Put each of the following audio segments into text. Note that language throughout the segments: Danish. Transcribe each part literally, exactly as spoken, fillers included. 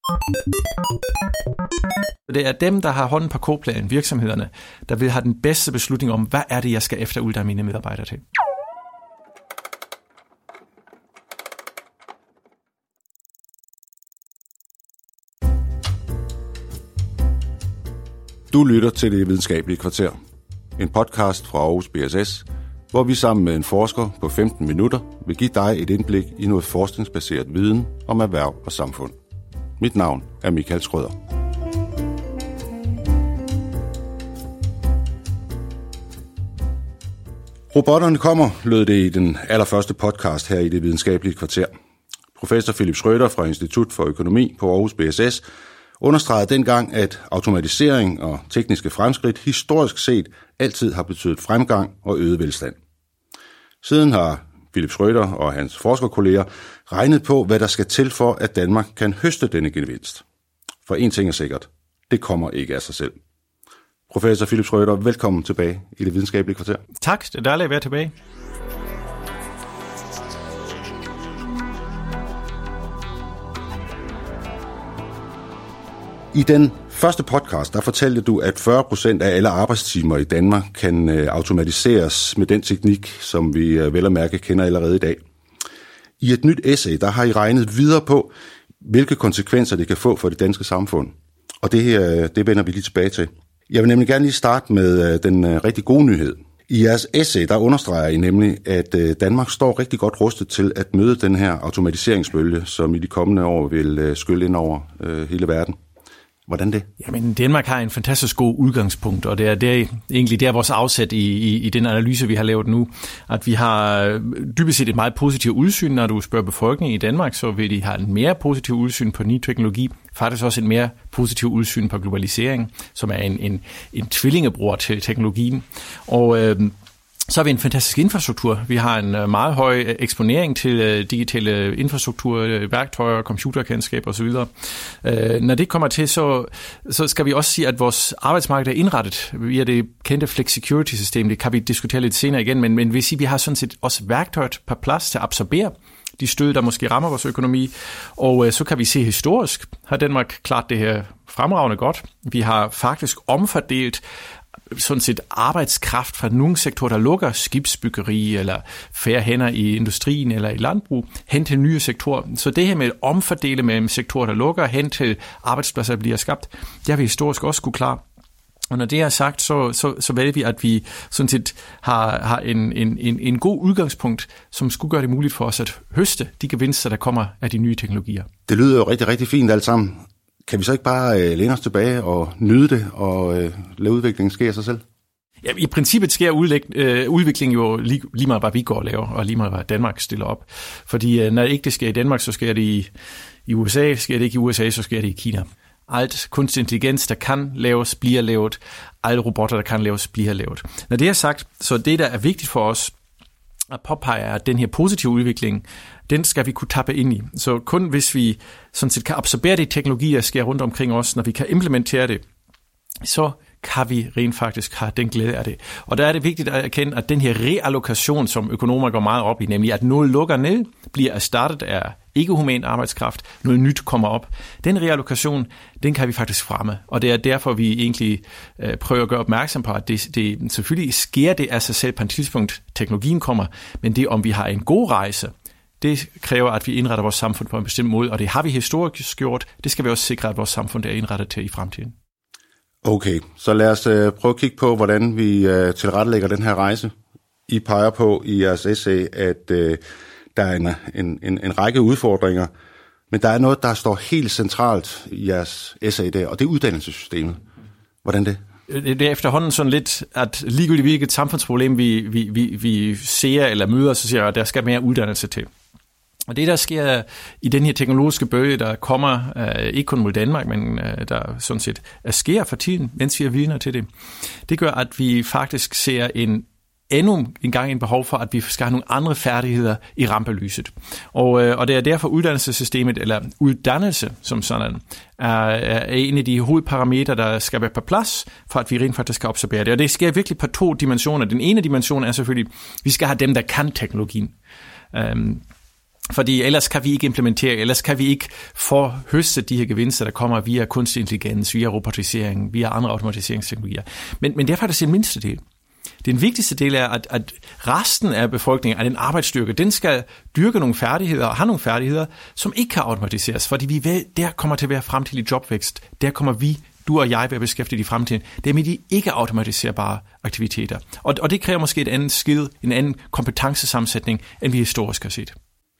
Det er dem, der har hånden på kogepladen, virksomhederne, der vil have den bedste beslutning om, hvad er det, jeg skal efteruddanne mine medarbejdere til. Du lytter til Det Videnskabelige Kvarter, en podcast fra Aarhus B S S, hvor vi sammen med en forsker på femten minutter vil give dig et indblik i noget forskningsbaseret viden om erhverv og samfund. Mit navn er Michael Schrøder. Robotterne kommer, lød det i den allerførste podcast her i Det Videnskabelige Kvarter. Professor Philip Schrøder fra Institut for Økonomi på Aarhus B S S understregede dengang, at automatisering og tekniske fremskridt historisk set altid har betydet fremgang og øget velstand. Siden har Philip Schrøder og hans forskerkolleger regnet på, hvad der skal til for, at Danmark kan høste denne gevinst. For en ting er sikkert, det kommer ikke af sig selv. Professor Philip Schrøder, velkommen tilbage i Det Videnskabelige Kvarter. Tak, det er dejligt at være tilbage. I den første podcast, der fortalte du, at fyrre procent af alle arbejdstimer i Danmark kan automatiseres med den teknik, som vi vel og mærke kender allerede i dag. I et nyt essay, der har I regnet videre på, hvilke konsekvenser det kan få for det danske samfund. Og det her, det vender vi lige tilbage til. Jeg vil nemlig gerne lige starte med den rigtig gode nyhed. I jeres essay, der understreger I nemlig, at Danmark står rigtig godt rustet til at møde den her automatiseringsbølge, som i de kommende år vil skylle ind over hele verden. Hvordan det? Jamen, Danmark har en fantastisk god udgangspunkt, og det er, det er egentlig det er vores afsæt i, i, i den analyse, vi har lavet nu, at vi har dybest set et meget positivt udsyn. Når du spørger befolkningen i Danmark, så vil de have en mere positiv udsyn på ny teknologi, faktisk også en mere positiv udsyn på globalisering, som er en, en, en tvillingebror til teknologien. Og øh, så har vi en fantastisk infrastruktur. Vi har en meget høj eksponering til digitale infrastruktur, værktøjer, computerkendskab osv. Når det kommer til, så, så skal vi også sige, at vores arbejdsmarked er indrettet via det kendte flexicurity-system. Det kan vi diskutere lidt senere igen, men, men vil sige, at vi har sådan set også værktøjet på plads til at absorbere de stød, der måske rammer vores økonomi. Og så kan vi se historisk, har Danmark klart det her fremragende godt. Vi har faktisk omfordelt sådan set arbejdskraft fra nogle sektorer, der lukker, skibsbyggeri eller færre hænder i industrien eller i landbrug, hen til nye sektorer. Så det her med at omfordele mellem sektorer, der lukker, hen til arbejdspladser, der bliver skabt, det har vi historisk også kunne klare. Og når det er sagt, så, så, så ved vi, at vi sådan set har, har en, en, en, en god udgangspunkt, som skulle gøre det muligt for os at høste de gevinster, der kommer af de nye teknologier. Det lyder jo rigtig, rigtig fint alt sammen. Kan vi så ikke bare øh, læne os tilbage og nyde det, og øh, lade udviklingen ske af sig selv? Ja, i princippet sker udlæg, øh, udviklingen jo lige, lige meget, hvad vi går og laver, og lige meget, hvad Danmark stiller op. Fordi øh, når ikke det sker i Danmark, så sker det i, i U S A, sker det ikke i U S A, så sker det i Kina. Alt kunstig intelligens, der kan laves, bliver lavet. Alle robotter, der kan laves, bliver lavet. Når det er sagt, så det, der er vigtigt for os at påpege, at den her positive udvikling, den skal vi kunne tappe ind i. Så kun hvis vi sådan set kan absorbere de teknologier, der sker rundt omkring os, når vi kan implementere det, så kan vi rent faktisk have den glæde af det. Og der er det vigtigt at erkende, at den her reallokation, som økonomer går meget op i, nemlig at noget lukker ned, bliver erstattet af ikke-human arbejdskraft, noget nyt kommer op. Den reallokation, den kan vi faktisk fremme. Og det er derfor, vi egentlig øh, prøver at gøre opmærksom på, at det, det selvfølgelig sker det af sig selv på et tidspunkt, teknologien kommer, men det om vi har en god rejse, det kræver, at vi indretter vores samfund på en bestemt måde, og det har vi historisk gjort. Det skal vi også sikre, at vores samfund er indrettet til i fremtiden. Okay, så lad os uh, prøve at kigge på, hvordan vi uh, tilrettelægger den her rejse. I peger på i jeres essay, at uh, der er en, en, en, en række udfordringer, men der er noget, der står helt centralt i jeres essay der, og det er uddannelsessystemet. Hvordan det? Det er efterhånden sådan lidt, at ligegyldigt hvilket samfundsproblem vi, vi, vi, vi ser eller møder, så siger jeg, at der skal mere uddannelse til. Og det, der sker i den her teknologiske bølge, der kommer uh, ikke kun mod Danmark, men uh, der sådan set sker for tiden, mens vi er vidner til det, det gør, at vi faktisk ser en endnu en gang en behov for, at vi skal have nogle andre færdigheder i rampelyset. Og, øh, og det er derfor uddannelsessystemet, eller uddannelse som sådan, er, er en af de hovedparametre, der skal være på plads, for at vi rent faktisk skal observere det. Og det sker virkelig på to dimensioner. Den ene dimension er selvfølgelig, at vi skal have dem, der kan teknologien. Um, Fordi ellers kan vi ikke implementere, ellers kan vi ikke få høstet de her gevinster, der kommer via kunstig intelligens, via robotisering, via andre automatiseringsteknologier. Men, men det er faktisk den mindste del. Den vigtigste del er, at, at resten af befolkningen, af den arbejdsstyrke, den skal dyrke nogle færdigheder og have nogle færdigheder, som ikke kan automatiseres, fordi vi ved, der kommer til at være fremtidig jobvækst. Der kommer vi, du og jeg, vil beskæftige i fremtiden. Det er med de ikke automatiserbare aktiviteter. Og, og det kræver måske et andet skill, en anden kompetencesammensætning, end vi historisk har set.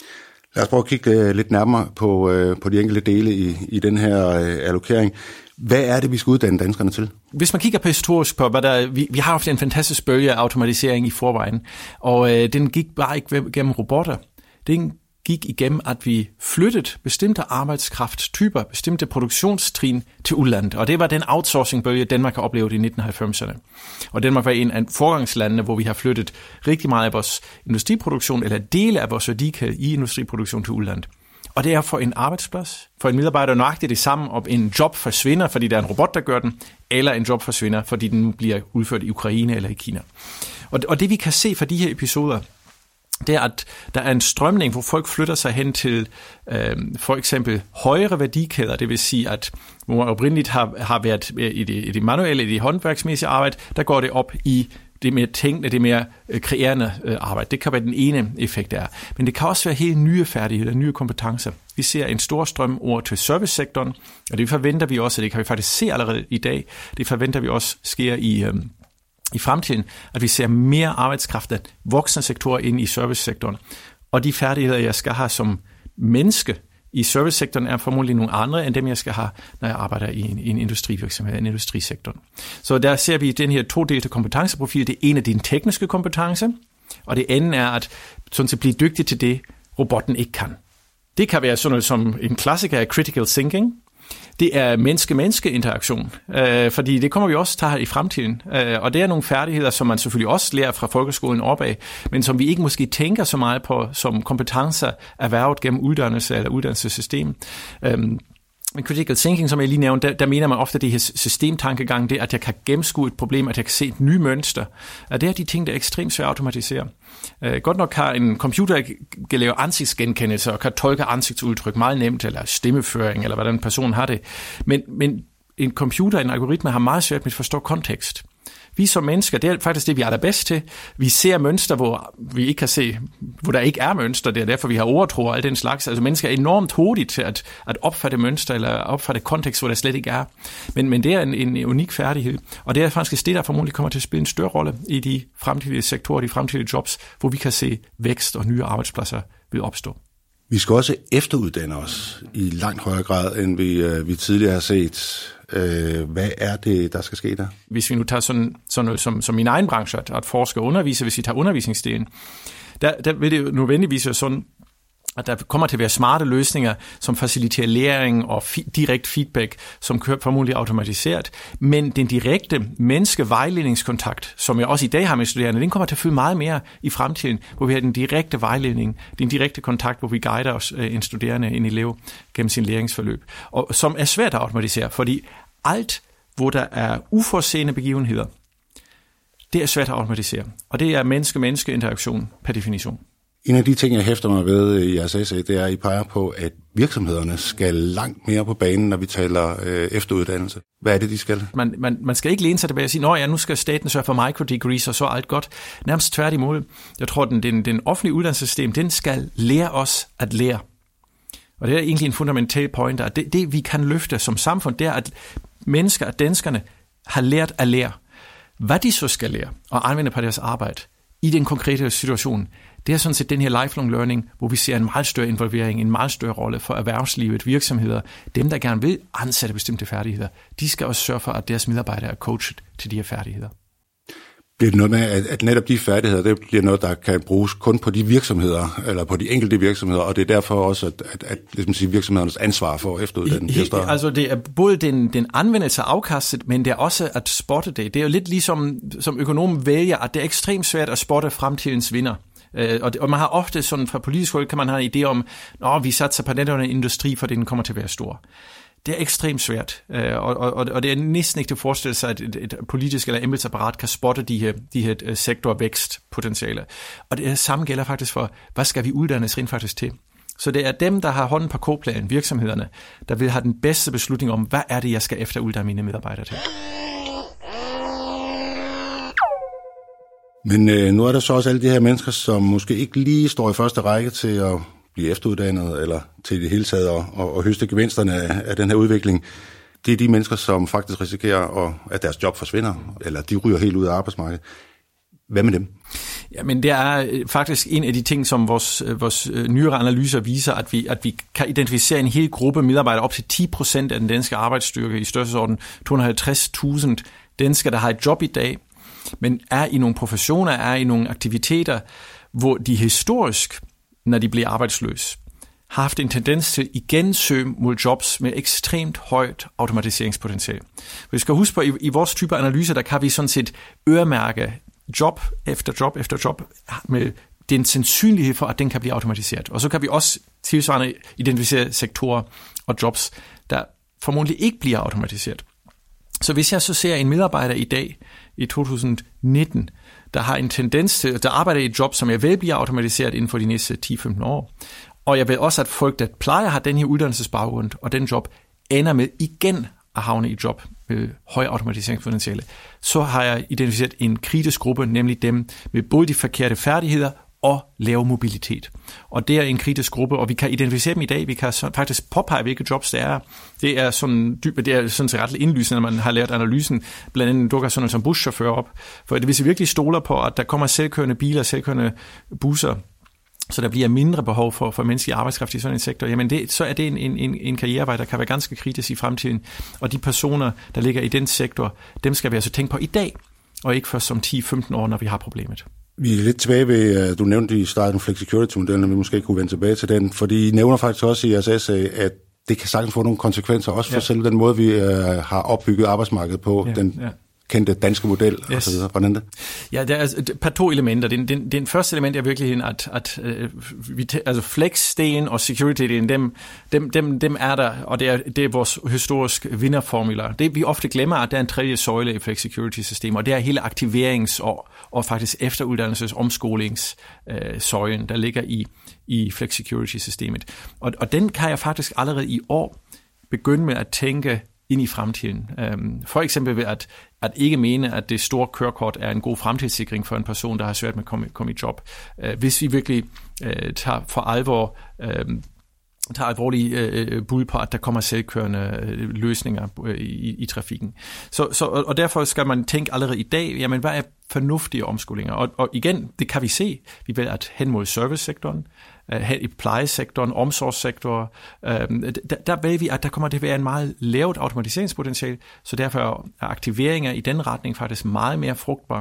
Lad os prøve at kigge lidt nærmere på, på de enkelte dele i, i den her allokering. Hvad er det, vi skal uddanne danskerne til? Hvis man kigger på historisk på, hvad der, vi, vi har haft en fantastisk bølge af automatisering i forvejen, og øh, den gik bare ikke gennem robotter. Den gik igennem, at vi flyttede bestemte arbejdskraftstyper, bestemte produktionstrin til udlandet. Og det var den outsourcingbølge, Danmark har oplevet i nitten halvfemserne. Og Danmark var en af forgangslandene, hvor vi har flyttet rigtig meget af vores industriproduktion, eller dele af vores værdikæde i industriproduktion til udlandet. Og det er for en arbejdsplads, for en medarbejder nøjagtigt det samme, om en job forsvinder, fordi der er en robot, der gør den, eller en job forsvinder, fordi den bliver udført i Ukraine eller i Kina. Og, og det vi kan se fra de her episoder, det er, at der er en strømning, hvor folk flytter sig hen til øh, for eksempel højere værdikæder, det vil sige, at hvor man oprindeligt har, har været i det, i det manuelle, i det håndværksmæssige arbejde, der går det op i det mere tænkende, det mere kreerende arbejde. Det kan være den ene effekt, der er. Men det kan også være helt nye færdigheder, nye kompetencer. Vi ser en stor strøm over til servicesektoren, og det forventer vi også, og det kan vi faktisk se allerede i dag, det forventer vi også sker i, øhm, i fremtiden, at vi ser mere arbejdskraft af voksne sektorer ind i servicesektoren. Og de færdigheder, jeg skal have som menneske i servicesektoren, er formodentlig nogle andre, end dem, jeg skal have, når jeg arbejder i en, i en industrivirksomhed, en industrisektoren. Så der ser vi den her todelte kompetenceprofil. Det ene er din tekniske kompetence, og det andet er at sådan at blive dygtig til det, robotten ikke kan. Det kan være sådan noget som en klassiker af critical thinking. Det er menneske-menneske-interaktion, øh, fordi det kommer vi også til at have i fremtiden. Øh, og det er nogle færdigheder, som man selvfølgelig også lærer fra folkeskolen opad, men som vi ikke måske tænker så meget på som kompetencer erhvervet gennem uddannelse eller uddannelsessystem. Øh, Men critical thinking, som jeg lige nævnte, der, der mener man ofte, det her systemtankegang, det at jeg kan gennemskue et problem, at jeg kan se et nyt mønster. Og det er de ting, der er ekstremt svært at automatisere. Uh, godt nok har en computer kan lave ansigtsgenkendelse og kan tolke ansigtsudtryk meget nemt, eller stemmeføring, eller hvordan personen har det. Men, men en computer, en algoritme, har meget svært med at forstå kontekst. Vi som mennesker, det er faktisk det, vi er allerbedst til. Vi ser mønster, hvor vi ikke kan se, hvor der ikke er mønster. Det er derfor, vi har overtro og alt den slags. Altså mennesker er enormt hurtige til at, at opfatte mønster eller opfatte kontekst, hvor der slet ikke er. Men, men det er en, en unik færdighed. Og det er faktisk det, der formodentlig kommer til at spille en større rolle i de fremtidige sektorer, de fremtidige jobs, hvor vi kan se vækst og nye arbejdspladser vil opstå. Vi skal også efteruddanne os i langt højere grad, end vi, vi tidligere har set. Hvad er det, der skal ske der? Hvis vi nu tager sådan, sådan noget som, som min egen branche, at, at forske og undervise, hvis vi tager undervisningsdelen, der, der vil det nødvendigvis være sådan, at der kommer til at være smarte løsninger, som faciliterer læring og fi- direkte feedback, som kører formodentlig automatiseret. Men den direkte menneske-vejledningskontakt, som jeg også i dag har med studerende, den kommer til at fylde meget mere i fremtiden, hvor vi har den direkte vejledning, den direkte kontakt, hvor vi guider os, en studerende, en elev, gennem sin læringsforløb. Og som er svært at automatisere, fordi alt, hvor der er uforudseende begivenheder, det er svært at automatisere. Og det er menneske-menneske-interaktion per definition. En af de ting, jeg hæfter mig ved i jeres essay, det er, at I peger på, at virksomhederne skal langt mere på banen, når vi taler øh, efteruddannelse. Hvad er det, de skal? Man, man, man skal ikke læne sig tilbage og sige, nå ja, nu skal staten sørge for microdegrees, og så er alt godt. Nærmest tværtimod. Jeg tror, den, den, den offentlige uddannelsessystem, den skal lære os at lære. Og det er egentlig en fundamental point, at det, det vi kan løfte som samfund, det er, at mennesker, at danskerne har lært at lære. Hvad de så skal lære og anvende på deres arbejde i den konkrete situation, det er sådan set den her lifelong learning, hvor vi ser en meget større involvering, en meget større rolle for erhvervslivet, virksomheder. Dem, der gerne vil ansætte bestemte færdigheder, de skal også sørge for, at deres medarbejdere er coachet til de her færdigheder. Bliver det noget med, at netop de færdigheder, det bliver noget, der kan bruges kun på de virksomheder, eller på de enkelte virksomheder, og det er derfor også, at, at, at ligesom sige, virksomhedernes ansvar for efteruddanning bliver større? Altså det er både den, den anvendelse af afkastet, men det er også at spotte det. Det er jo lidt ligesom, som økonom vælger, at det er ekstremt svært at spotte fremtidens vinder. Uh, og, det, og man har ofte sådan fra politisk hold, kan man have en idé om, at vi satser på den industri, for den kommer til at være stor. Det er ekstremt svært, og, og, og det er næsten ikke til at forestille sig, at et, et politisk eller embedsapparat kan spotte de her, de her sektorvækstpotentialer. Og det samme gælder faktisk for, hvad skal vi uddannes rent faktisk til? Så det er dem, der har hånden på kogepladen, virksomhederne, der vil have den bedste beslutning om, hvad er det, jeg skal efteruddanne mine medarbejdere til. Men øh, nu er der så også alle de her mennesker, som måske ikke lige står i første række til at blive efteruddannet, eller til det hele taget at, at, at høste gevinsterne af, af den her udvikling. Det er de mennesker, som faktisk risikerer, at, at deres job forsvinder, eller de ryger helt ud af arbejdsmarkedet. Hvad med dem? Ja, men det er faktisk en af de ting, som vores, vores nyere analyser viser, at vi, at vi kan identificere en hel gruppe medarbejdere, op til ti procent af den danske arbejdsstyrke, i størrelsesorden to hundrede og halvtreds tusind danskere, der har et job i dag, men er i nogle professioner, er i nogle aktiviteter, hvor de historisk, når de bliver arbejdsløse, har haft en tendens til igen søge mod jobs med ekstremt højt automatiseringspotentiale. Vi skal huske på, i, i vores type analyser, der kan vi sådan set øremærke job efter job efter job med den sandsynlighed for, at den kan blive automatiseret. Og så kan vi også tilsvarende identificere sektorer og jobs, der formodentlig ikke bliver automatiseret. Så hvis jeg så ser en medarbejder i dag, i to tusind nitten, der har en tendens til, der arbejder i et job, som jeg vil bliver automatiseret inden for de næste ti til femten år, og jeg ved også, at folk, der plejer at have den her uddannelsesbaggrund og den job, ender med igen at havne i job med høj automatiseringspotentiale, så har jeg identificeret en kritisk gruppe, nemlig dem med både de forkerte færdigheder og lav mobilitet. Og det er en kritisk gruppe, og vi kan identificere dem i dag. Vi kan faktisk påpege, hvilke jobs det er. Det er sådan dybt, det er sådan ret indlysende, når man har lært analysen. Blandt andet dukker sådan som buschauffør op. For hvis vi virkelig stoler på, at der kommer selvkørende biler, selvkørende busser, så der bliver mindre behov for, for menneskelig arbejdskraft i sådan en sektor, jamen det, så er det en, en, en karrierevej, der kan være ganske kritisk i fremtiden. Og de personer, der ligger i den sektor, dem skal vi altså tænke på i dag, og ikke først om ti til femten år, når vi har problemet. Vi er lidt tilbage ved, du nævnte i starten flexicurity-modellen, og vi måske kunne vende tilbage til den, fordi I nævner faktisk også i jeres essay, at det kan sagtens få nogle konsekvenser, også for ja. Selv den måde, vi uh, har opbygget arbejdsmarkedet på, ja, den ja. kendte danske model, yes. og så videre. Hvordan det? Ja, der er et par to elementer. Den, den, den første element er virkelig, at, at uh, vi, altså flex-delen og security-delen, dem, dem, dem, dem er der, og det er, det er vores historiske vinderformular. Det vi ofte glemmer, at der er en tredje søjle i flex-security-systemet, og det er hele aktiverings- og, og faktisk efteruddannelses- omskolingssøjlen, uh, der ligger i, i flex-security-systemet. Og, og den kan jeg faktisk allerede i år begynde med at tænke ind i fremtiden. For eksempel ved at, at ikke mene, at det store kørekort er en god fremtidssikring for en person, der har svært med at komme, komme i job. Hvis vi virkelig uh, tager for alvor uh, tager alvorlige uh, bud på, at der kommer selvkørende uh, løsninger uh, i, i trafikken. Så, så, og derfor skal man tænke allerede i dag, jamen hvad er fornuftige omskolinger? Og, og igen, det kan vi se. Vi vil at hen mod servicesektoren, i plejesektoren, omsorgssektoren, der, der ved vi, at der kommer til at være en meget lavt automatiseringspotentiale, så derfor er aktiveringer i den retning faktisk meget mere frugtbar,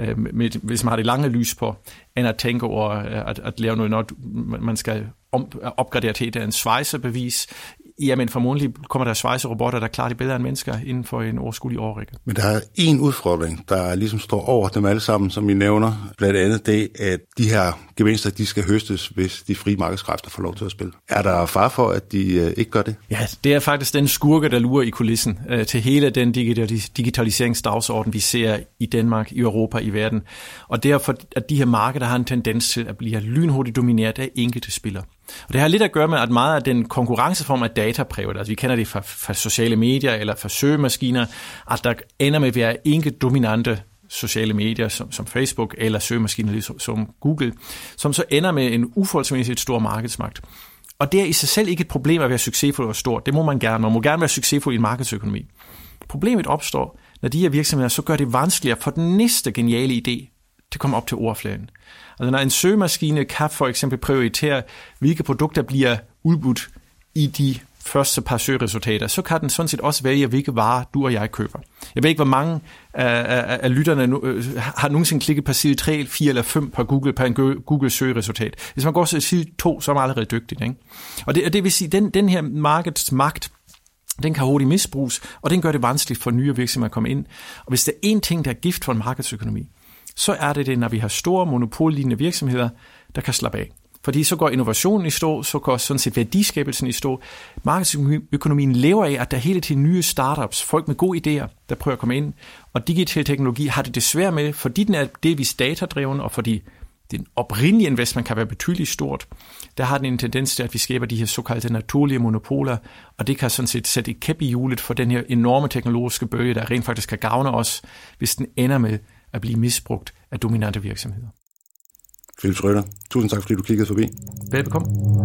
hvis man har det lange lys på, end at tænke over at, at lave noget, når man skal opgradere til et svejsebevis. Jamen formodentlig kommer der svejserobotter, der klarer det bedre end mennesker inden for en overskuelig årrække. Men der er en udfordring, der ligesom står over dem alle sammen, som I nævner. Blandt andet det, at de her gevinster, de skal høstes, hvis de frie markedskræfter får lov til at spille. Er der fare for, at de øh, ikke gør det? Ja, det er faktisk den skurke, der lurer i kulissen øh, til hele den digitalis- digitaliseringsdagsorden, vi ser i Danmark, i Europa, i verden. Og derfor, at de her markeder har en tendens til at blive lynhurtigt domineret af enkelte spillere. Og det har lidt at gøre med, at meget af den konkurrenceform af datapræget, altså vi kender det fra, fra sociale medier eller fra søgemaskiner, at der ender med at være enkelt dominante sociale medier som, som Facebook eller søgemaskiner ligesom, som Google, som så ender med en uforholdsmæssigt stor markedsmagt. Og det er i sig selv ikke et problem at være succesfuld og stor. Det må man gerne. Man må gerne være succesfuld i en markedsøkonomi. Problemet opstår, når de her virksomheder så gør det vanskeligere for den næste geniale idé til at komme op til overfladen. Altså når en søgemaskine kan for eksempel prioritere, hvilke produkter bliver udbudt i de første par søgeresultater, så kan den sådan set også vælge, hvilke varer du og jeg køber. Jeg ved ikke, hvor mange af, af, af lytterne nu, øh, har nogensinde klikket på side tre, fire eller fem på Google, på en Google søgeresultat. Hvis man går til side to, så er man allerede dygtig. Ikke? Og det, det vil sige, den, den her markedsmagt, den kan hurtigt misbruges, og den gør det vanskeligt for nye virksomheder at komme ind. Og hvis der er én ting, der er gift for en markedsøkonomi, så er det det, når vi har store monopollignende virksomheder, der kan slappe af. Fordi så går innovationen i stå, så går sådan set værdiskabelsen i stå. Markedsøkonomien lever af, at der hele tiden nye startups, folk med gode idéer, der prøver at komme ind. Og digital teknologi har det desværre med, fordi den er delvis datadreven, og fordi den oprindelige investment kan være betydeligt stort, der har den en tendens til, at vi skaber de her såkaldte naturlige monopoler, og det kan sådan set sætte et kæp i hjulet for den her enorme teknologiske bølge, der rent faktisk kan gavne os, hvis den ender med at blive misbrugt af dominante virksomheder. Philip Schrøder, tusind tak, fordi du kiggede forbi. Velbekomme.